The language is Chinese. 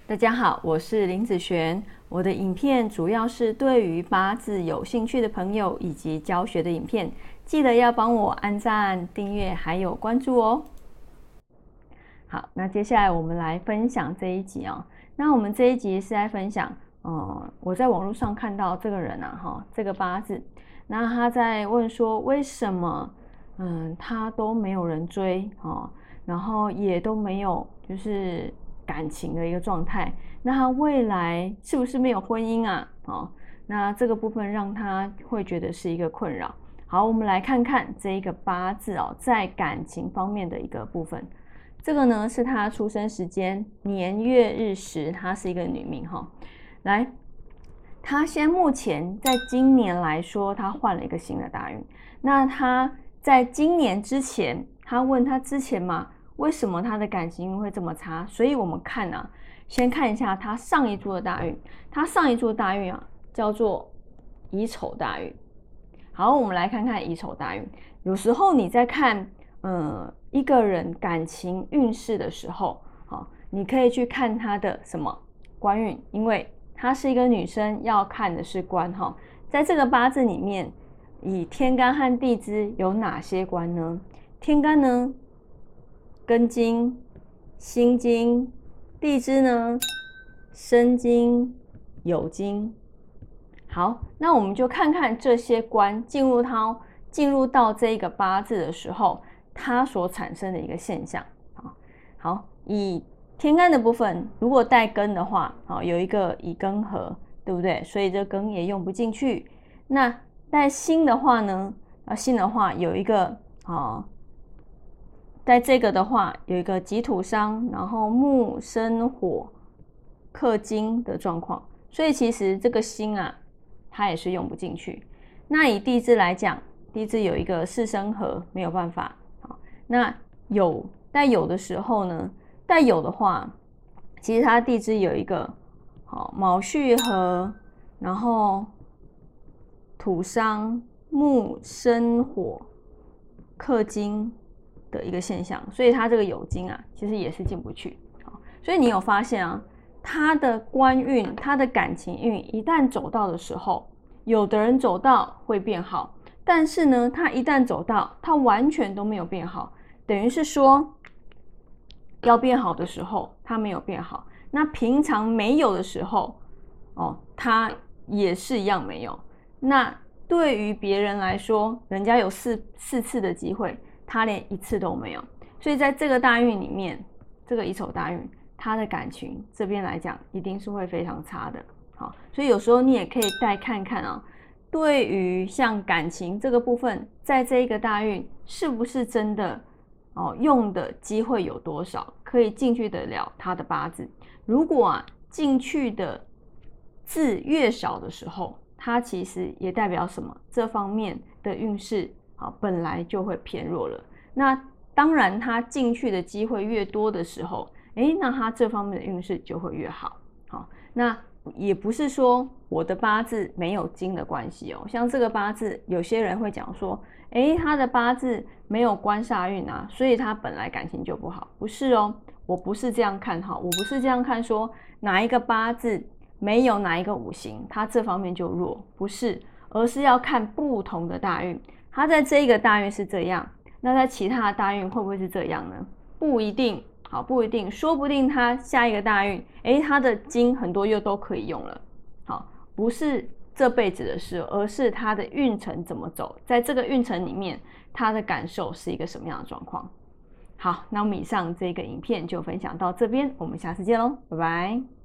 大家好，我是林子璇。我的影片主要是对于八字有兴趣的朋友以及教学的影片，记得要帮我按赞、订阅还有关注哦。好，那接下来我们来分享这一集哦。那我们这一集是在分享，我在网络上看到这个人啊，这个八字，那他在问说为什么，他都没有人追然后也都没有就是感情的一个状态，那他未来是不是没有婚姻啊？那这个部分让他会觉得是一个困扰。好，我们来看看这一个八字在感情方面的一个部分。这个呢是她出生时间、年月日时，她是一个女命来，她目前在今年来说，她换了一个新的大运。那她在今年之前，她问她之前嘛，为什么她的感情运会这么差？所以我们看先看一下她上一柱的大运。她上一柱的大运叫做乙丑大运。好，我们来看看乙丑大运。有时候你在看一个人感情运势的时候，你可以去看她的什么官运，因为她是一个女生，要看的是官在这个八字里面，以天干和地支有哪些官呢？天干呢，庚金、辛金；地支呢，申金、酉金。好，那我们就看看这些官进入到这个八字的时候，它所产生的一个现象。好，以天干的部分，如果带庚的话，有一个乙庚合，对不对？所以这庚也用不进去。那带辛的话呢？辛的话有一个带这个的话有一个己土伤，然后木生火克金的状况，所以其实这个辛它也是用不进去。那以地支来讲，地支有一个巳申合，没有办法。那带酉的时候呢，带酉的话，其实它地支有一个卯戌合，然后土伤木生火克金的一个现象，所以它这个酉金其实也是进不去。所以你有发现他的官运、他的感情运一旦走到的时候，有的人走到会变好，但是呢，他一旦走到，他完全都没有变好，等于是说要变好的时候他没有变好，那平常没有的时候他也是一样没有。那对于别人来说，人家有四次的机会，他连一次都没有。所以在这个大运里面，这个乙丑大运，他的感情这边来讲一定是会非常差的。好，所以有时候你也可以再看看对于像感情这个部分，在这一个大运是不是真的用的机会有多少，可以进去得了他的八字。如果进去的字越少的时候，它其实也代表什么？这方面的运势本来就会偏弱了。那当然它进去的机会越多的时候，那它这方面的运势就会越好。那也不是说我的八字没有金的关系像这个八字有些人会讲说他的八字没有官煞运所以他本来感情就不好。不是我不是这样看我不是这样看说哪一个八字没有哪一个五行他这方面就弱，不是，而是要看不同的大运，他在这一个大运是这样，那在其他的大运会不会是这样呢？不一定。好，不一定，说不定他下一个大运他的金很多又都可以用了。好，不是这辈子的事，而是他的运程怎么走，在这个运程里面他的感受是一个什么样的状况。好，那我们以上这个影片就分享到这边，我们下次见咯，拜拜。